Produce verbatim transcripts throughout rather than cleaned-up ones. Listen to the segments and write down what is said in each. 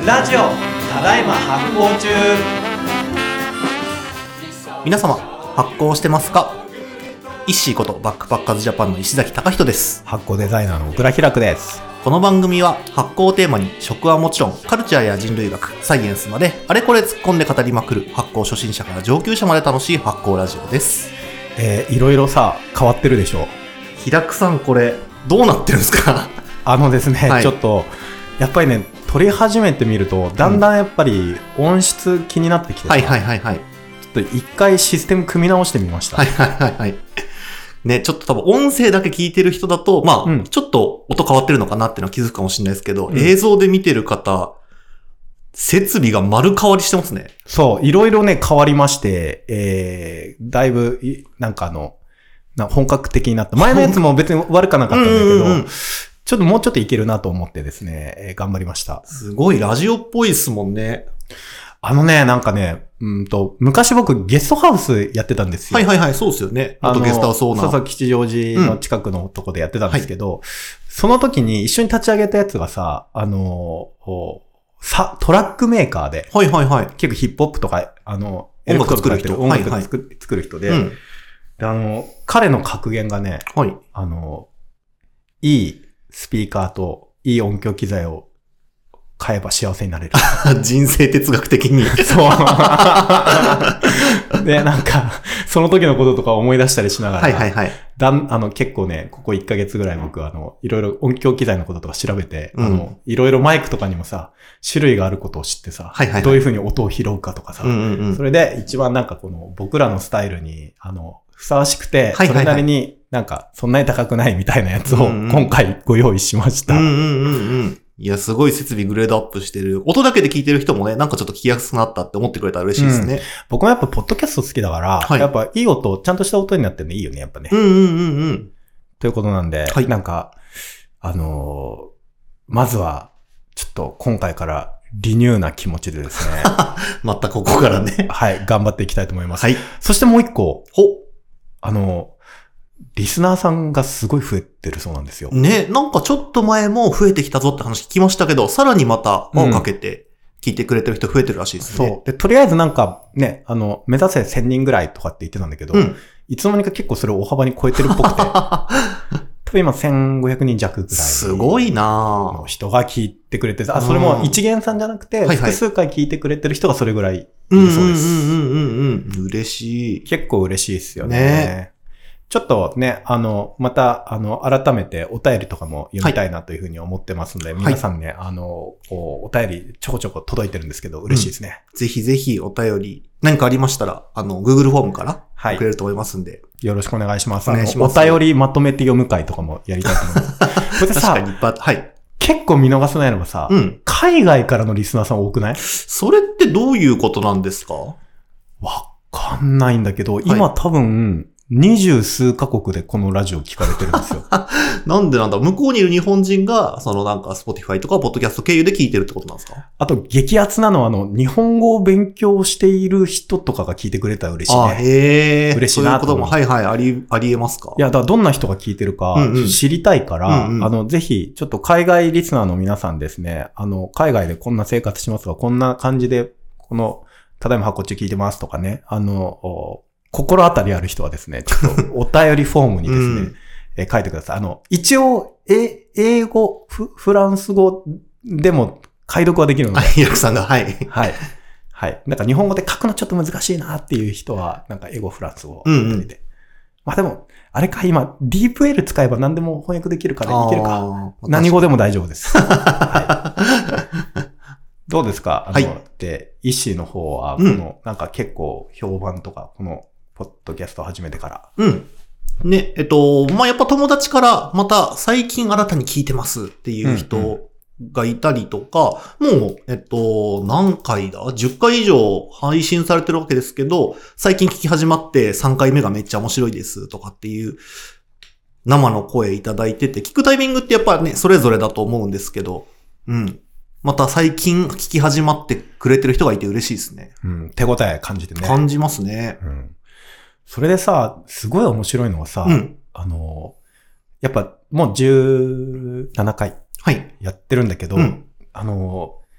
ラジオただいま発行中。 皆様発行してますか？イッシーことバックパッカーズジャパンの石崎貴人です。 発行デザイナーの小倉ひらくです。 この番組は発行をテーマに食はもちろんカルチャーや人類学、サイエンスまであれこれ突っ込んで語りまくる発行初心者から上級者まで楽しい発行ラジオです。 えー、いろいろさ変わってるでしょ。 ひらくさんこれどうなってるんですか？ あのですね、 はい、 ちょっとやっぱりね撮り始めてみるとだんだんやっぱり音質気になってきて、うん、 はいはいはいはい。 ちょっと一回システム組み直してみました。 はいはいはいはい。ね、ちょっと多分音声だけ聞いてる人だと、まあ、うん、ちょっと音変わってるのかなっていうのは気づくかもしれないですけど、うん、映像で見てる方、設備が丸変わりしてますね。 そう、いろいろね、変わりまして、えー、だいぶ、なんかあの、な本格的になった。前のやつも別に悪かなかったんだけど、うんうんうん、ちょっともうちょっといけるなと思ってですね、えー、頑張りました。 すごいラジオっぽいですもんね。 あのね、なんかね、うんと、昔僕ゲストハウスやってたんですよ。 はいはいはい、そうですよね。あとゲストハウスオーナー。 そうそう、吉祥寺の近くのとこでやってたんですけど、うんはい、その時に一緒に立ち上げたやつがさ、あの、さ、トラックメーカーで、 はいはいはい。 結構ヒップホップとか、あの、 音楽作る人。 音楽作る、作る人で、うん、で、あの、彼の格言がね、はい、あの、いいスピーカーといい音響機材を買えば幸せになれる。 人生哲学的に。 そう。で、なんか、その時のこととか思い出したりしながら、 はいはいはい。 だん、あの、結構ね、ここいっかげつぐらい僕、あの、いろいろ音響機材のこととか調べて、うん、あの、いろいろマイクとかにもさ、種類があることを知ってさ、はいはいはい、どういう風に音を拾うかとかさ、うんうんうん、それで一番なんかこの僕らのスタイルに、あの、ふさわしくて、はいはいはい、それなりになんか、そんなに高くないみたいなやつを今回ご用意しました。 うんうんうんうんいや、すごい設備グレードアップしてる。音だけで聞いてる人もね、なんかちょっと聞きやすくなったって思ってくれたら嬉しいですね。うん、 僕もやっぱポッドキャスト好きだから、はい、やっぱいい音、ちゃんとした音になってるのいいよね、やっぱね。 うんうんうんうん。 ということなんで、はい、なんか、あのー、まずは、ちょっと今回からリニューな気持ちでですね。 またここからね。 はい、頑張っていきたいと思います。はい。そしてもう一個。ほあのー、リスナーさんがすごい増えてるそうなんですよ。 ね、なんかちょっと前も増えてきたぞって話聞きましたけど、さらにまた輪をかけて聞いてくれてる人増えてるらしいですね。 そう。で、とりあえずなんかね、あの、目指せせんにんぐらいとかって言ってたんだけど、うん、いつの間にか結構それを大幅に超えてるっぽくて、多分今せんごひゃくにん弱ぐらい。 すごいなぁ。人が聞いてくれて、あ、それも一元さんじゃなくて、うん、複数回聞いてくれてる人がそれぐらいいるそうです。うんうんうんうんうん。嬉しい。 結構嬉しいですよね。ねちょっとね、あの、また、あの、改めてお便りとかも読みたいなというふうに思ってますので、はい、皆さんね、あの、お便りちょこちょこ届いてるんですけど、嬉しいですね。 うん、ぜひぜひお便り、何かありましたら、あの、Google フォームから送れると思いますんで、はい。 よろしくお願いします。 お願いします。 お便りまとめて読む会とかもやりたいと思います。これさ、 確かに、はい。 結構見逃せないのがさ、うん、海外からのリスナーさん多くない？ それってどういうことなんですか？ わかんないんだけど、今、はい、多分、二十数カ国でこのラジオ聞かれてるんですよ。 なんでなんだ向こうにいる日本人が、そのなんか Spotify とか Podcast 経由で聞いてるってことなんですか？ あと、激アツなのはあの、日本語を勉強している人とかが聞いてくれたら嬉しいね。 あ、へー。 嬉しいなと。 そういうことも、はいはい、あり、ありえますか？ いや、だからどんな人が聞いてるか知りたいから、うんうん、あの、ぜひ、ちょっと海外リスナーの皆さんですね、あの、海外でこんな生活しますが、こんな感じで、この、ただいま発行中聞いてますとかね、あの、心当たりある人はですね、ちょっとお便りフォームにですね、うんえー、書いてください。あの、一応、え、英語、フ、フランス語でも解読はできるので。 ヤクさんが、はい。 はい。はい。なんか日本語で書くのちょっと難しいなっていう人は、なんか英語、フランス語みたいで。まあでも、あれか、今、ディープエル 使えば何でも翻訳できるからいけるか。何語でも大丈夫です。はい。どうですかあの、はい、で、イッシーの方は、この、うん、なんか結構評判とか、この、ポッドキャスト始めてから。 うん。ね、えっと、まあ、やっぱ友達からまた最近新たに聞いてますっていう人がいたりとか、うんうん、もう、えっと、何回だ ?じゅっ 回以上配信されてるわけですけど、最近聞き始まってさんかいめがめっちゃ面白いですとかっていう生の声いただいてて、聞くタイミングってやっぱね、それぞれだと思うんですけど、うん。また最近聞き始まってくれてる人がいて嬉しいですね。 うん、手応え感じてね。 感じますね。 うん。それでさ、すごい面白いのはさ、うん、あの、やっぱもうじゅうななかいやってるんだけど、はいうん、あの、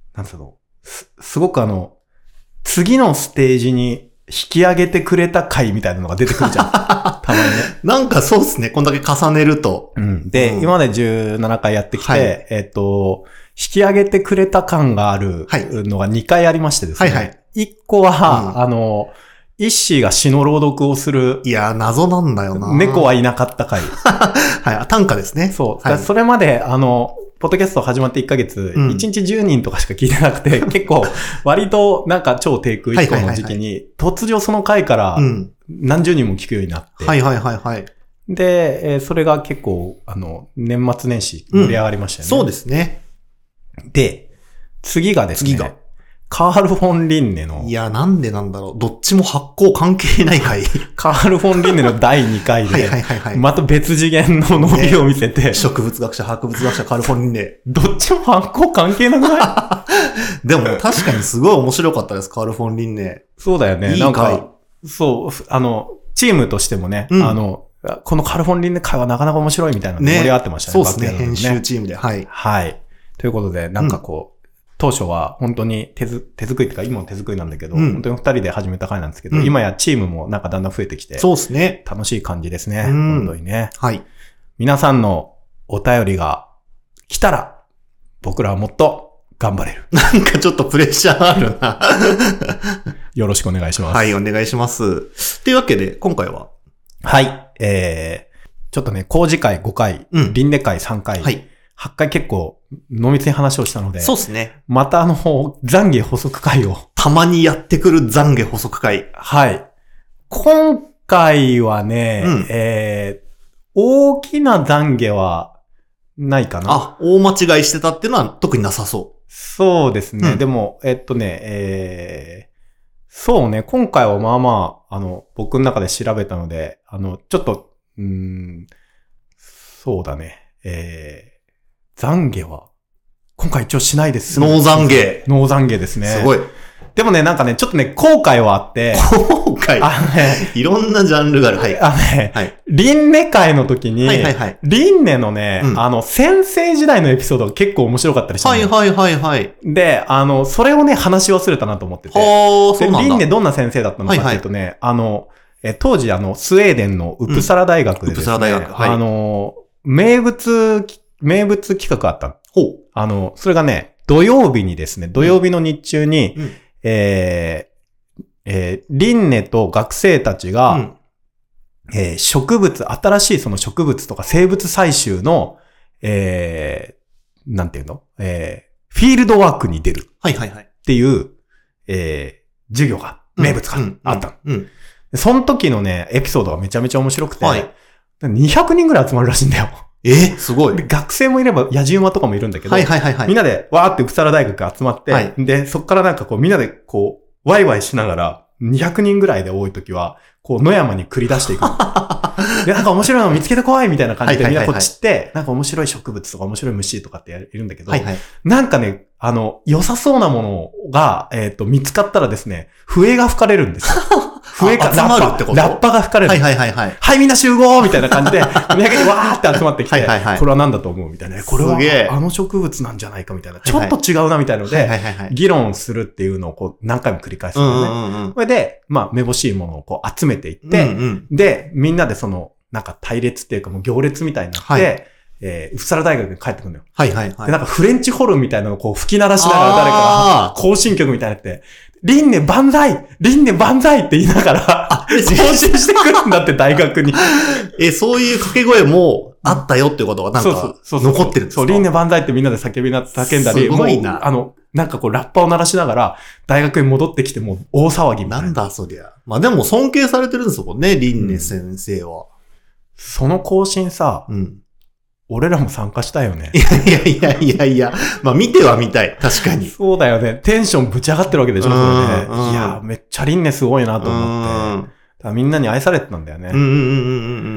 なんつうの、す、すごくあの、次のステージに引き上げてくれた回みたいなのが出てくるじゃん。たまにね。 なんかそうですね。こんだけ重ねると。 うん。で、うん、今までじゅうななかいやってきて、はい、えっと、引き上げてくれた感があるのがにかいありましてですね。はいはい。いっこは、うん、あの、イッシーが詩の朗読をする。 いや、謎なんだよな。 猫はいなかった回。 はい、短歌ですね。 そう。 はい、 それまで、あの、ポッドキャスト始まっていっかげつ、うん、いちにちじゅうにんとかしか聞いてなくて、結構、割となんか超低空飛行の時期に、突如その回から何十人も聞くようになって。 はいはいはいはい。 で、えー、それが結構、あの、年末年始盛り上がりましたよね。 うん、そうですね。 で、次がですね。 次が。 カール・フォン・リンネの。 いや、なんでなんだろう。どっちも発行関係ない回。 カール・フォン・リンネのだいにかいで、はいはいはいはい、また別次元の伸びを見せて、ね。 植物学者、博物学者、カール・フォン・リンネ。 どっちも発行関係なくないでも確かにすごい面白かったです、カール・フォン・リンネ。 そうだよね。いいなんか、そう、あの、チームとしてもね、うん、あの、このカール・フォン・リンネ会はなかなか面白いみたいなの盛り上がってましたね。 ねそうですね、編集チームで。はい。 はい。ということで、なんかこう、うん当初は本当に手ず手作りっていうか今も手作りなんだけど、うん、本当に二人で始めた回なんですけど、うん、今やチームもなんかだんだん増えてきて、 そうですね。 楽しい感じですね。 うん、 本当にね。 はい。 皆さんのお便りが来たら、僕らはもっと頑張れる。 なんかちょっとプレッシャーあるな。 よろしくお願いします。 はい、お願いします。というわけで、今回ははい。えー、ちょっとね、工事会ごかい、うん、輪廻会さんかい。はい。はちかい結構濃密に話をしたので。 そうですね。 またあの、懺悔補足会を。 たまにやってくる懺悔補足会。 はい。今回はね、うん、えー、大きな懺悔はないかな。 あ、大間違いしてたっていうのは特になさそう。 そうですね。うん、でも、えっとね、えー、そうね、今回はまあまあ、あの、僕の中で調べたので、あの、ちょっと、うーん、そうだね、えー、懺悔は、今回一応しないです。 ノー懺悔。 ノー懺悔ですね。 すごい。 でもね、なんかね、ちょっとね、後悔はあって。 後悔あのね、いろんなジャンルがある。はい。 あのね、はい。輪廻会の時に、はいはいはい。輪廻のね、うん、あの、先生時代のエピソードが結構面白かったりした、ね。 はいはいはいはい。 で、あの、それをね、話し忘れたなと思ってて。 はあ、そうなんだ。 輪廻どんな先生だったのかっていうとね、はいはい、あの、え当時あの、スウェーデンのウプサラ大学でですね、うん、ウプサラ大学。はい。あの、名物、名物企画あった。 ほう。 あの、それがね、土曜日にですね、土曜日の日中に、うん、えー、えー、輪廻と学生たちが、うん、えー、植物、新しいその植物とか生物採集の、えー、なんていうのえー、フィールドワークに出る。 はいはいはい。 っていう、えー、授業が、名物があった。 うん。うん。 その時のね、エピソードがめちゃめちゃ面白くて、はい、にひゃくにんぐらい集まるらしいんだよ。 えすごい。 で学生もいれば、野じ馬とかもいるんだけど、 はいはいはいはい。 みんなで、わーってウプサラ大学が集まって、 はい、 で、そっからなんかこう、みんなでこう、ワイワイしながら、にひゃくにんぐらいで多い時は、こう、野山に繰り出していく。で、なんか面白いの見つけてこいみたいな感じでみんなこっちって、なんか面白い植物とか面白い虫とかっているんだけど、 はいはい、 なんかね、あの、良さそうなものが、えっと、見つかったらですね、笛が吹かれるんですよ。笛か、 集まるってことラッパが吹かれる。 はいはいはいはい。 はい、みんな集合みたいな感じで、見上げてわーって集まってきて、 はいはいはい、 これは何だと思うみたいな。これはあの植物なんじゃないかみたいな。ちょっと違うなみたいなので、議論するっていうのをこう何回も繰り返すんだよね。 うんうんうん、 それで、まあ、めぼしいものをこう集めていって、 うんうん、 で、みんなでその、なんか隊列っていうかもう行列みたいになって、はい、えー、ウプサラ大学に帰ってくるんだよ。 はいはいはい。 で、なんかフレンチホルンみたいなのをこう吹き鳴らしながら誰かが行進曲みたいになって、輪廻万歳輪廻万歳って言いながら、行進してくるんだって大学に。 え、そういう掛け声もあったよっていうことがなんか残ってるんですか？ そう、輪廻万歳ってみんなで叫びな、叫んだり、 すごいな。 あの、なんかこうラッパを鳴らしながら大学に戻ってきてもう大騒ぎみたいな。 なんだそりゃ。まあでも尊敬されてるんですもんね、輪廻先生は。うんその更新さ、 うん、 俺らも参加したよね。 いやいやいやいやいや、まあ見ては見たい。確かに。 そうだよね。テンションぶち上がってるわけでしょ、それね。いや、めっちゃ輪廻すごいなと思って。だからみんなに愛されてたんだよね。 うんうんうんうん。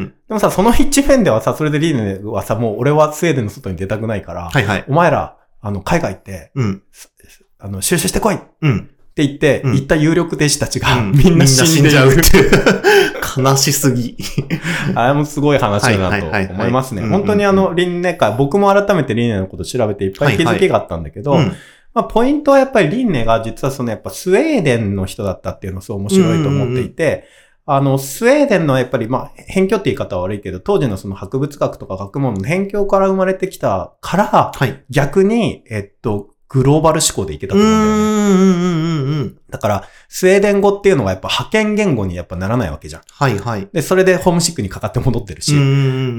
でもさ、その一面ではさ、それで輪廻はさ、もう俺はスウェーデンの外に出たくないから、 はいはい、 お前ら、あの、海外行って、 うん、 あの、収集してこい。 うんって言って、うん、行った有力弟子たちが、 うん、 みんな死んでいる。 みんな死んじゃうっていう。悲しすぎ。 あれもすごい話だなと思いますね。本当にあの、輪廻会、僕も改めて輪廻のこと調べていっぱい気づきがあったんだけど、はいはい、 まあ、ポイントはやっぱりリンネが実はそのやっぱスウェーデンの人だったっていうのがすごい面白いと思っていて、うんうんうん、あの、スウェーデンのやっぱりまあ、辺境って言い方は悪いけど、当時のその博物学とか学問の辺境から生まれてきたから、はい、逆に、えっと、グローバル思考でいけたと思うんだよね。うんうんうんうん、だから、スウェーデン語っていうのがやっぱ派遣言語にやっぱならないわけじゃん。はいはい。で、それでホームシックにかかって戻ってるし。うんうんうん、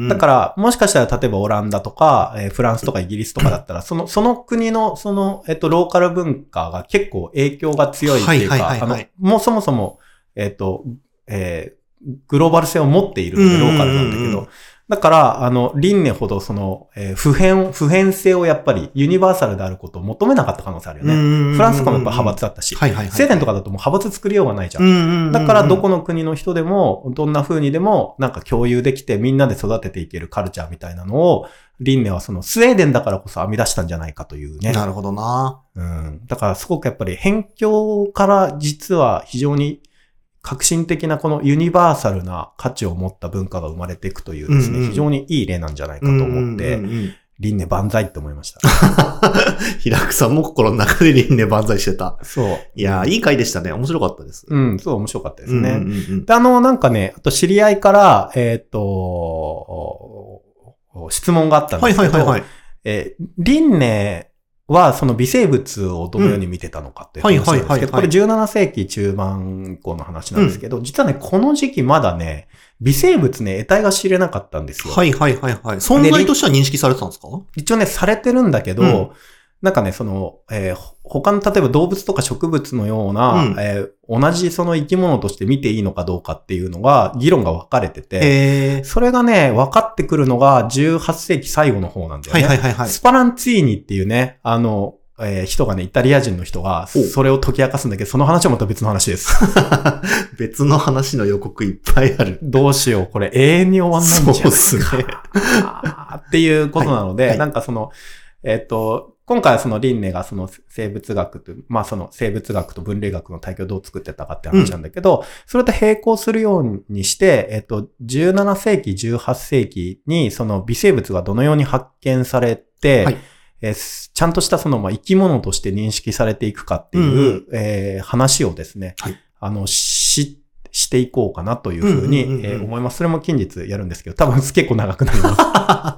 だから、もしかしたら例えばオランダとか、えー、フランスとかイギリスとかだったら、その、その国の、その、えっと、ローカル文化が結構影響が強いっていうか、はいはいはいはい、あの、もうそもそも、えっと、えー、グローバル性を持っているのでローカルなんだけど、うんうんうん、だから、あの、リンネほどその、えー、普遍、普遍性をやっぱりユニバーサルであることを求めなかった可能性あるよね。フランスとかもやっぱ派閥だったし、はいはいはいはい、スウェーデンとかだともう派閥作りようがないじゃん。うんうんうんうん、だからどこの国の人でも、どんな風にでもなんか共有できてみんなで育てていけるカルチャーみたいなのを、リンネはそのスウェーデンだからこそ編み出したんじゃないかというね。 なるほどな。 うん。だからすごくやっぱり辺境から実は非常に革新的なこのユニバーサルな価値を持った文化が生まれていくというですね、うんうん、非常にいい例なんじゃないかと思って、うんうんうん、リンネ万歳って思いました。 平久さんも心の中でリンネ万歳してた。 そう。 いやー、いい回でしたね。面白かったです。 うん、そう、面白かったですね。うんうんうん、で、あの、なんかね、あと知り合いから、えっと、質問があったんですけど、はいはいはいはい、えー、リンネは、その微生物をどのように見てたのかっていう話なんですけど、これじゅうなな世紀中盤以降の話なんですけど、うん、実はね、この時期まだね、微生物ね、得体が知れなかったんですよ。 はいはいはいはい。存在としては認識されてたんですか？ 一応ね、されてるんだけど、うん、なんかね、その、えー、他の例えば動物とか植物のような、うんえー、同じその生き物として見ていいのかどうかっていうのが、議論が分かれてて、それがね、分かってくるのがじゅうはっ世紀最後の方なんだよね。はいはいはいはい、スパランツィーニっていうね、あの、えー、人がね、イタリア人の人が、それを解き明かすんだけど、その話はまた別の話です。 別の話の予告いっぱいある。 どうしよう、これ永遠に終わんないんじゃないですか。そうですね。っていうことなので、はいはい、なんかその、えっと、今回はそのリンネがその生物学と、まあその生物学と分類学の対境をどう作ってたかって話なんだけど、うん、それと並行するようにして、えっと、じゅうなな世紀、じゅうはっ世紀にその微生物がどのように発見されて、はいえー、ちゃんとしたそのまあ生き物として認識されていくかっていう、うんうんえー、話をですね、はい、あの、し、していこうかなというふうに、うんうんうんうんえー、思います。それも近日やるんですけど、多分結構長くなります。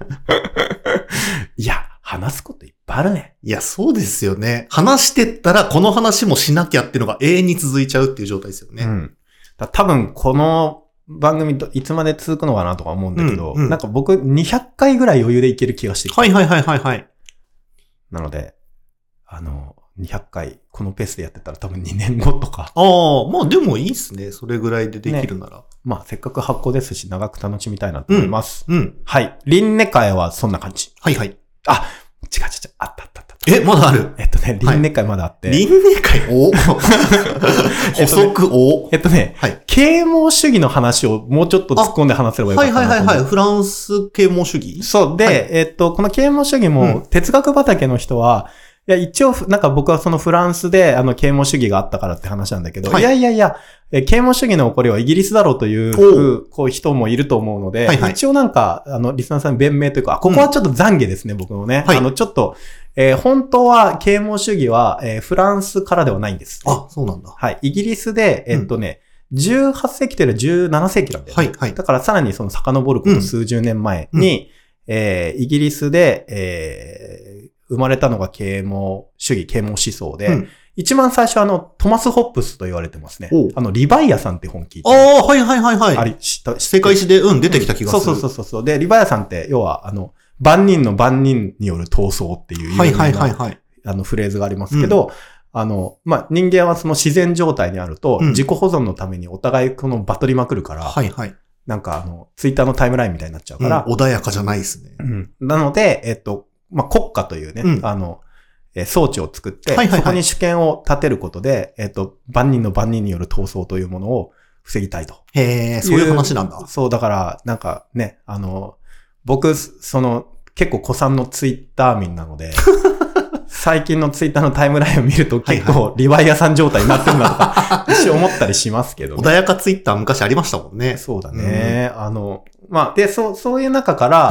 いや、話すこといっぱいあるね。 いや、そうですよね。話してったら、この話もしなきゃっていうのが永遠に続いちゃうっていう状態ですよね。うん。 だ多分、この番組いつまで続くのかなとか思うんだけど、うんうん、なんか僕にひゃっかいぐらい余裕でいける気がしてきた。 はいはいはいはいはい。 なので、あの、にひゃっかい、このペースでやってたら多分にねんごとか。 ああ、まあでもいいっすね。それぐらいでできるなら。ね、 まあせっかく発行ですし、長く楽しみたいなと思います。うん。うん、はい。リンネ会はそんな感じ。 はいはい。 あ、違う違う違う。あったあったあった。 え、まだある？ えっとね、リンネ会まだあって。 リンネ会お補足おえっとね、はい、啓蒙主義の話をもうちょっと突っ込んで話せればよかったなと思う。 はいはいはいはい。フランス啓蒙主義？ そう。で、はい、えっと、この啓蒙主義も哲学畑の人は、いや、一応、なんか僕はそのフランスで、あの、啓蒙主義があったからって話なんだけど、はい、いやいやいや、啓蒙主義の起こりはイギリスだろうという、こう人もいると思うので、はいはい、一応なんか、あの、リスナーさんに弁明というか、ここはちょっと懺悔ですね、うん、僕のね。はい、あの、ちょっと、えー、本当は啓蒙主義は、えー、フランスからではないんです、 ね。あ、そうなんだ。 はい。イギリスで、えっとね、うん、じゅうはっ世紀というよりはじゅうなな世紀なんだよね。はいはい。だからさらにその遡ること数十年前に、うん、えー、イギリスで、えー、生まれたのが啓蒙主義、啓蒙思想で、うん、一番最初あの、トマス・ホップスと言われてますね。あの、リヴァイアさんって本聞いて。 ああ、はいはいはいはい。あり、世界史で、うん、出てきた気がする。 そうそうそうそう。で、リヴァイアさんって、要は、あの、万人の万人による闘争っていう、 はいはいはいはい。 あの、フレーズがありますけど、うん、あの、まあ、人間はその自然状態にあると、うん、自己保存のためにお互いこのバトりまくるから、はいはい。なんかあの、ツイッターのタイムラインみたいになっちゃうから。 うん、穏やかじゃないですね。 うん。なので、えっと、まあ、国家というね、うん、あの、えー、装置を作って、はいはいはい、そこに主権を立てることで、えっと、万人の万人による闘争というものを防ぎたいと。 へえ、そういう話なんだ。 そう、だから、なんかね、あの、僕、その、結構古参のツイッター民なので、最近のツイッターのタイムラインを見ると結構リヴァイアさん状態になってるなとか、一瞬思ったりしますけど、ね。 穏やかツイッター昔ありましたもんね。 そうだね。うん、あの、まあ、で、そう、そういう中から、はい、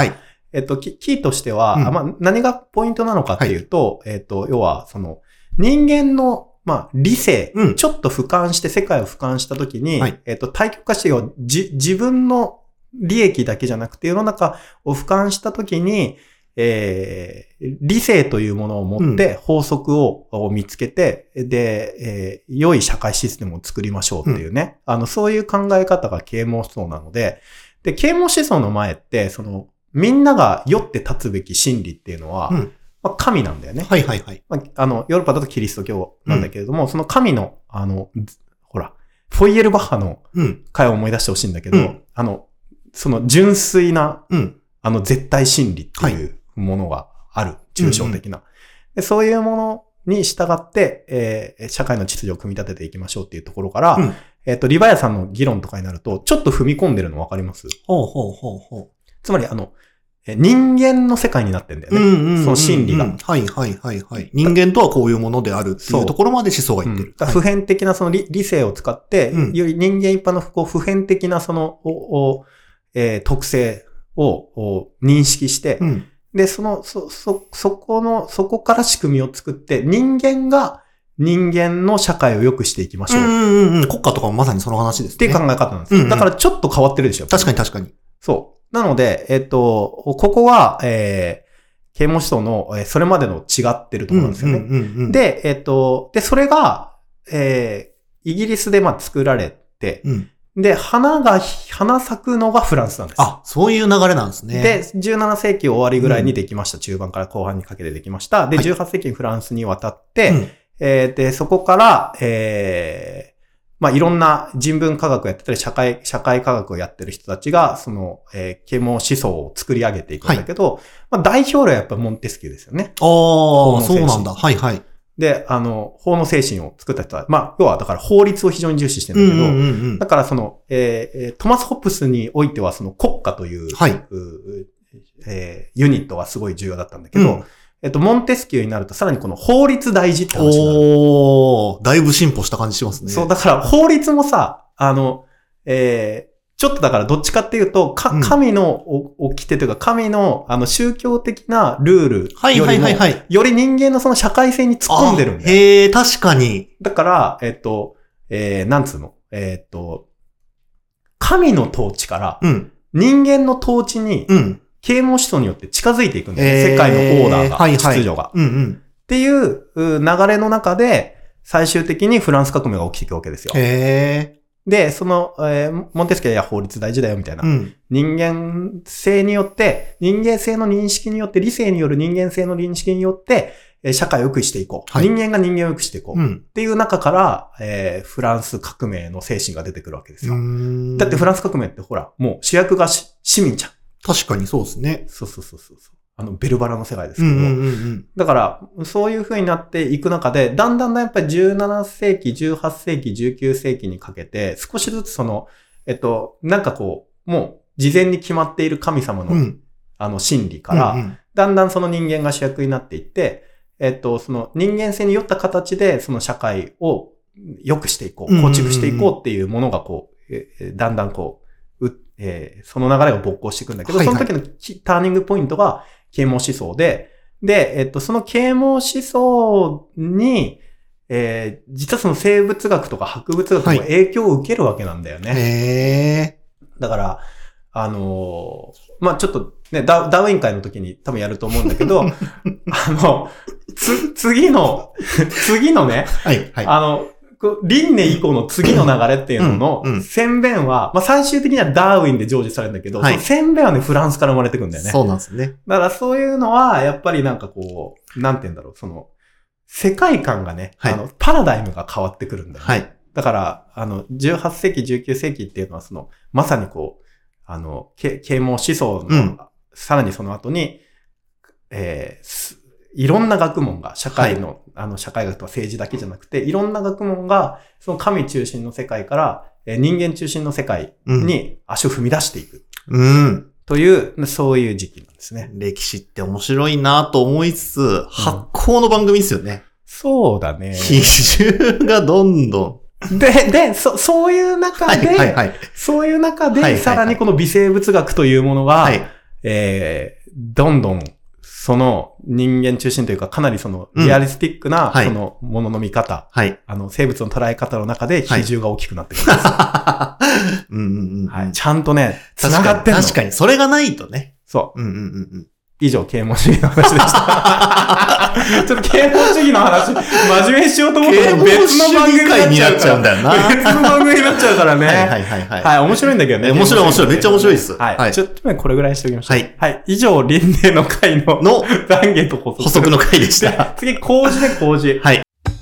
えっと、キーとしては、 うんまあ、何がポイントなのかっていうと、はい、えっと、要は、その、人間の、まあ、理性、うん、ちょっと俯瞰して、世界を俯瞰したときに、はい、えっと、対極化してよ、じ、自分の利益だけじゃなくて、世の中を俯瞰したときに、えー、理性というものを持って法則を、うん、見つけて、で、えー、良い社会システムを作りましょうっていうね、うん、あの、そういう考え方が啓蒙思想なので、で、啓蒙思想の前って、その、みんなが酔って立つべき真理っていうのは、うんまあ、神なんだよね。 はいはいはい。 まあ、あの、ヨーロッパだとキリスト教なんだけれども、うん、その神の、あの、ほら、フォイエルバッハの回を思い出してほしいんだけど、うん、あの、その純粋な、うん、あの、絶対真理っていうものがある。はい、抽象的な、うんうんで。そういうものに従って、えー、社会の秩序を組み立てていきましょうっていうところから、うん、えっと、リヴァヤさんの議論とかになると、ちょっと踏み込んでるの分かります？ ほうほうほうほう。 つまり、あの、人間の世界になってんだよね。うんうんうんうん、その真理が。 はいはいはいはい。人間とはこういうものであるっていうところまで思想が言ってる。 うん、普遍的なその 理,、理性を使って、うん、より人間一般のこう普遍的なその、おえー、特性を認識して、うん、で、その、そ、そ、そこの、そこから仕組みを作って、人間が人間の社会を良くしていきましょう。うんうんうん。国家とかもまさにその話ですね。 っていう考え方なんです。うんうん、だからちょっと変わってるでしょ。 確かに確かに。 そう。なので、えっと、ここは、えー、啓蒙思想の、えー、それまでの違ってるところなんですよね。うんうんうんうん、で、えっと、で、それが、えー、イギリスでまあ作られて、うん、で、花が、花咲くのがフランスなんです。 あ、そういう流れなんですね。 で、じゅうななせいき終わりぐらいにできました。うん、中盤から後半にかけてできました。で、はい、じゅうはっせいきにフランスに渡って、うん、えー、で、そこから、えー、まあ、いろんな人文科学やってたり、社会、社会科学をやってる人たちが、その、えー、啓蒙思想を作り上げていくんだけど、はい、まあ、代表例はやっぱモンテスキューですよね。 ああ、そうなんだ。はいはい。 で、あの、法の精神を作った人は、まあ、要はだから法律を非常に重視してるんだけど、うんうんうんうん、だからその、えー、トマス・ホップスにおいてはその国家という、はい、うえー、ユニットはすごい重要だったんだけど、うんえっと、モンテスキューになるとさらにこの法律大事って話になる。 おー、だいぶ進歩した感じしますね。 そう、だから法律もさ、あの、えー、ちょっとだからどっちかっていうと、か、うん、神の掟というか、神のあの宗教的なルールよりも、はいはいはいはい、より人間のその社会性に突っ込んでるんだよ。 へー、確かに。 だから、えっと、えー、なんつうの、えっと、神の統治から、人間の統治に、うん啓蒙思想によって近づいていくんだよね。えー、世界のオーダーが、はいはい、秩序が、うんうん。っていう流れの中で、最終的にフランス革命が起きていくわけですよ。 へーで、その、えー、モンテスキューは法律大事だよみたいな、うん。人間性によって、人間性の認識によって、理性による人間性の認識によって、社会を良くしていこう。はい、人間が人間を良くしていこう。うん、っていう中から、えー、フランス革命の精神が出てくるわけですよ。だってフランス革命ってほら、もう主役が市民じゃん。 確かにそうですね。 そうそうそうそう。あの、ベルバラの世界ですけど。うんうんうん、だから、そういう風になっていく中で、だんだんだんやっぱりじゅうななせいき、じゅうはっせいき、じゅうきゅうせいきにかけて、少しずつその、えっと、なんかこう、もう、事前に決まっている神様の、うん、あの、真理から、うんうん、だんだんその人間が主役になっていって、えっと、その人間性によった形で、その社会を良くしていこう、構築していこうっていうものがこう、えだんだんこう、えー、その流れが勃興していくんだけど、はいはい、その時のターニングポイントが啓蒙思想で、で、えっと、その啓蒙思想に、えー、実はその生物学とか博物学も影響を受けるわけなんだよね。はい、 へー。 だから、あのー、まあ、ちょっとねダ、ダーウィン会の時に多分やると思うんだけど、あの、つ、次の、次のね、はい、はい。あの、輪廻以降の次の流れっていうのの宣弁は、まあ最終的にはダーウィンで成就されるんだけど、はい、その宣弁はね、フランスから生まれてくんだよね。 そうなんですね。 だからそういうのは、やっぱりなんかこう、なんて言うんだろう、その、世界観がね、はい、あの、パラダイムが変わってくるんだよね。はい。だから、あの、じゅうはっせいき、じゅうきゅうせいきっていうのは、その、まさにこう、あの、啓蒙思想の、うん、さらにその後に、えー、いろんな学問が、社会の、はい、あの、社会学とか政治だけじゃなくて、いろんな学問が、その神中心の世界から、えー、人間中心の世界に足を踏み出していく。うん。という、そういう時期なんですね。 歴史って面白いなと思いつつ、うん、発行の番組ですよね。 そうだね。 比重がどんどん。で、で、そ、そういう中で、はいはいはい、そういう中で、はいはいはい、さらにこの微生物学というものが、はい、えーどんどん、その人間中心というか、かなりそのリアリスティックな、そのものの見方、 はい、 あの生物の捉え方の中で比重が大きくなってくるんです。はいうんうんうんはい、ちゃんとね、繋がってんの。 確かに、それがないとね。 そう。 うんうんうんうん以上、啓蒙主義の話でした。ちょっと啓蒙主義の話、真面目にしようと思ったら別の番組になっちゃうんだよな。別の番組になっちゃうからね。 はいはいはいはい。 はい、面白いんだけどね。 面白い面白い。めっちゃ面白いです。 はい。はい、ちょっとね、これぐらいにしておきましょう。 はい。 はい。以上、輪廻の回の、の、懺悔と補足。 補足の回でした。 次、工事ね、工事。 はい。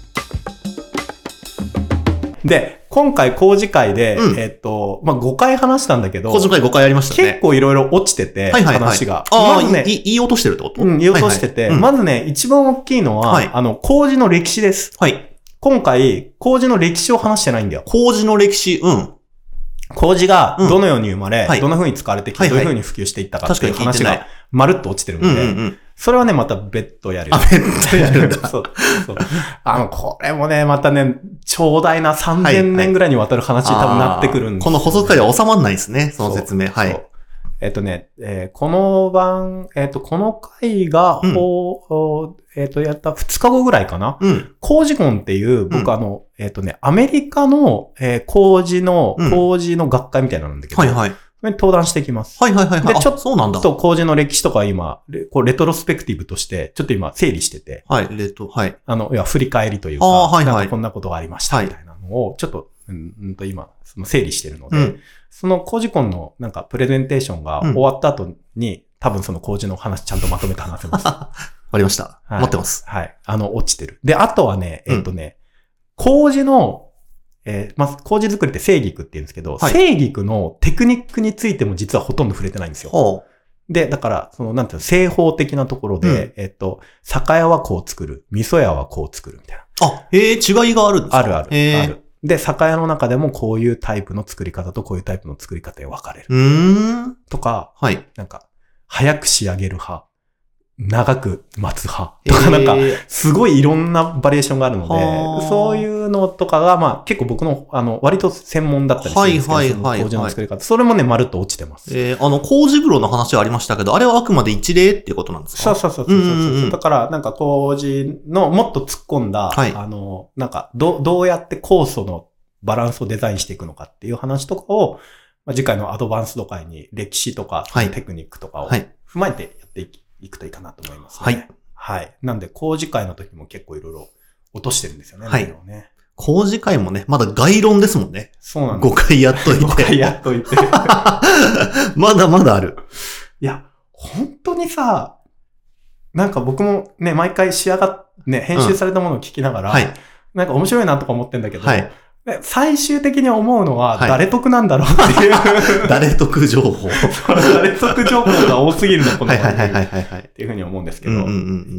で、今回工事会で、うん、えっと、まあ、ごかい話したんだけど、 工事会ごかいありましたね。 結構いろいろ落ちてて、はいはいはい、話が。 ああ、まね、言い落としてるってこと？ うん、言い落としてて、はいはいうん、まずね、一番大きいのは、はい、あの、工事の歴史です。 はい。 今回、工事の歴史を話してないんだよ。 工事の歴史、うん。 工事がどのように生まれ、うんはい、どんな風に使われてきて、はいはい、どういう風に普及していったかっていう話がまるっと落ちてるので、うんうんうんそれはね、また別途やる。 あ、別途やるんだ。 そう。そう。あの、これもね、またね、長大なさんぜんねんぐらいにわたる話に多分なってくるんです、ね、 この補足会は収まんないですね、その説明。はい。 えっとね、えー、この番、えっと、この回が、うん、えっと、やったふつかごぐらいかな。うん。工事コンっていう、僕、うん、あの、えっとね、アメリカの、えー、工事の、工事の学会みたいなのなんだけど、 はいはい。 登壇してきます。 はいはいはい、はい。 で、ちょっと工事の歴史とか今、こうレトロスペクティブとして、ちょっと今整理してて。 はい、レト、はい。 あの、いや、振り返りというか、 あはいはい、 なんかこんなことがありましたみたいなのを、ちょっと、うん、うんと今、その整理してるので、うん、その工事コンのなんかプレゼンテーションが終わった後に、うん、多分その工事の話ちゃんとまとめて話せます。 わかりました。はい、待ってます。 はい。あの、落ちてる。で、あとはね、えっとね、うん、工事の、えー、まあ、工事作りって正菊って言うんですけど、はい、正菊のテクニックについても実はほとんど触れてないんですよ。で、だから、その、なんていうの、正法的なところで、うん、えっと、酒屋はこう作る、味噌屋はこう作るみたいな。 あ、へえ、違いがあるんですか？ あるある。ある。で、酒屋の中でもこういうタイプの作り方とこういうタイプの作り方で分かれる。 うーん。 とか、 はい。 なんか、早く仕上げる派。長く待つ派とかなんか、すごいいろんなバリエーションがあるので、そういうのとかが、まあ結構僕の、あの、割と専門だったりするんですけど、はいはいはい、工事の作り方。それもね、まるっと落ちてます。 えー、あの、工事風呂の話はありましたけど、あれはあくまで一例っていうことなんですか？ そうそうそうそうそう、うんうんうん。だから、なんか工事のもっと突っ込んだ、はい、あの、なんか、ど、どうやって酵素のバランスをデザインしていくのかっていう話とかを、まあ、次回のアドバンスド会に歴史とか、はい、テクニックとかを踏まえてやっていき、いくといいかなと思いますね。 はい。 はい。なんで、工事会の時も結構いろいろ落としてるんですよね。 はい。 ね、 工事会もね、まだ概論ですもんね。 そうなんです。 ごかいやっといて。 ごかいやっといて。 まだまだある。 いや、本当にさ、なんか僕もね、毎回仕上がっ、ね、編集されたものを聞きながら、うん、はい。なんか面白いなとか思ってんだけど、はい。最終的に思うのは、誰得なんだろうっていう、 はい。誰得情報。 誰得情報が多すぎるの、このはいはいはいはいはい。 っていうふうに思うんですけど、 うんうんうん、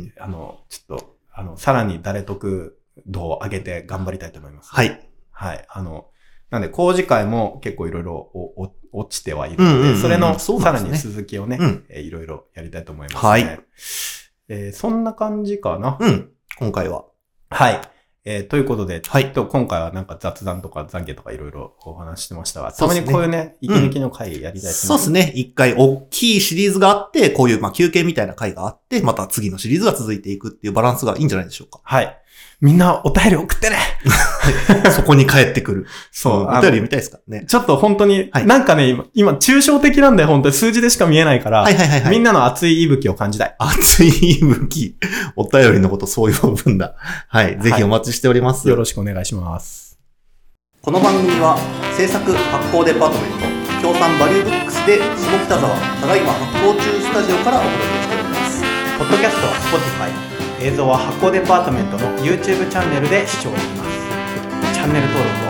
あの、ちょっと、あの、さらに誰得度を上げて頑張りたいと思います。 はい。 はい。あの、なんで、工事会も結構いろいろ落ちてはいるので、うんうんうん、それのさらに続きをね、うんえー、いろいろやりたいと思います、ね。 はい。 えー、そんな感じかな。 うん。今回は。 はい。えー、ということで、 はい。 と今回はなんか雑談とか懺悔とかいろいろお話してましたが、たまにこういうね、息抜きの回やりたいですね。 そうですね。一回大きいシリーズがあって、こういうまあ休憩みたいな回があって、また次のシリーズが続いていくっていうバランスがいいんじゃないでしょうか。 はい。みんなお便り送ってねそこに帰ってくる。 そう。 お便り読みたいですかね。 ちょっと本当に、はい、なんかね、今、今、抽象的なんだよ、本当に。数字でしか見えないから、 はいはいはいはい、 みんなの熱い息吹を感じたい。 熱い息吹。お便りのことそう呼ぶんだ。はい。ぜひお待ちしております。 はい、よろしくお願いします。 この番組は、制作発行デパートメント、協賛バリューブックスで、下北沢、ただいま発行中スタジオからお届けしております。 ポッドキャストは Spotify。映像は発行デパートメントの YouTube チャンネルで視聴できます。チャンネル登録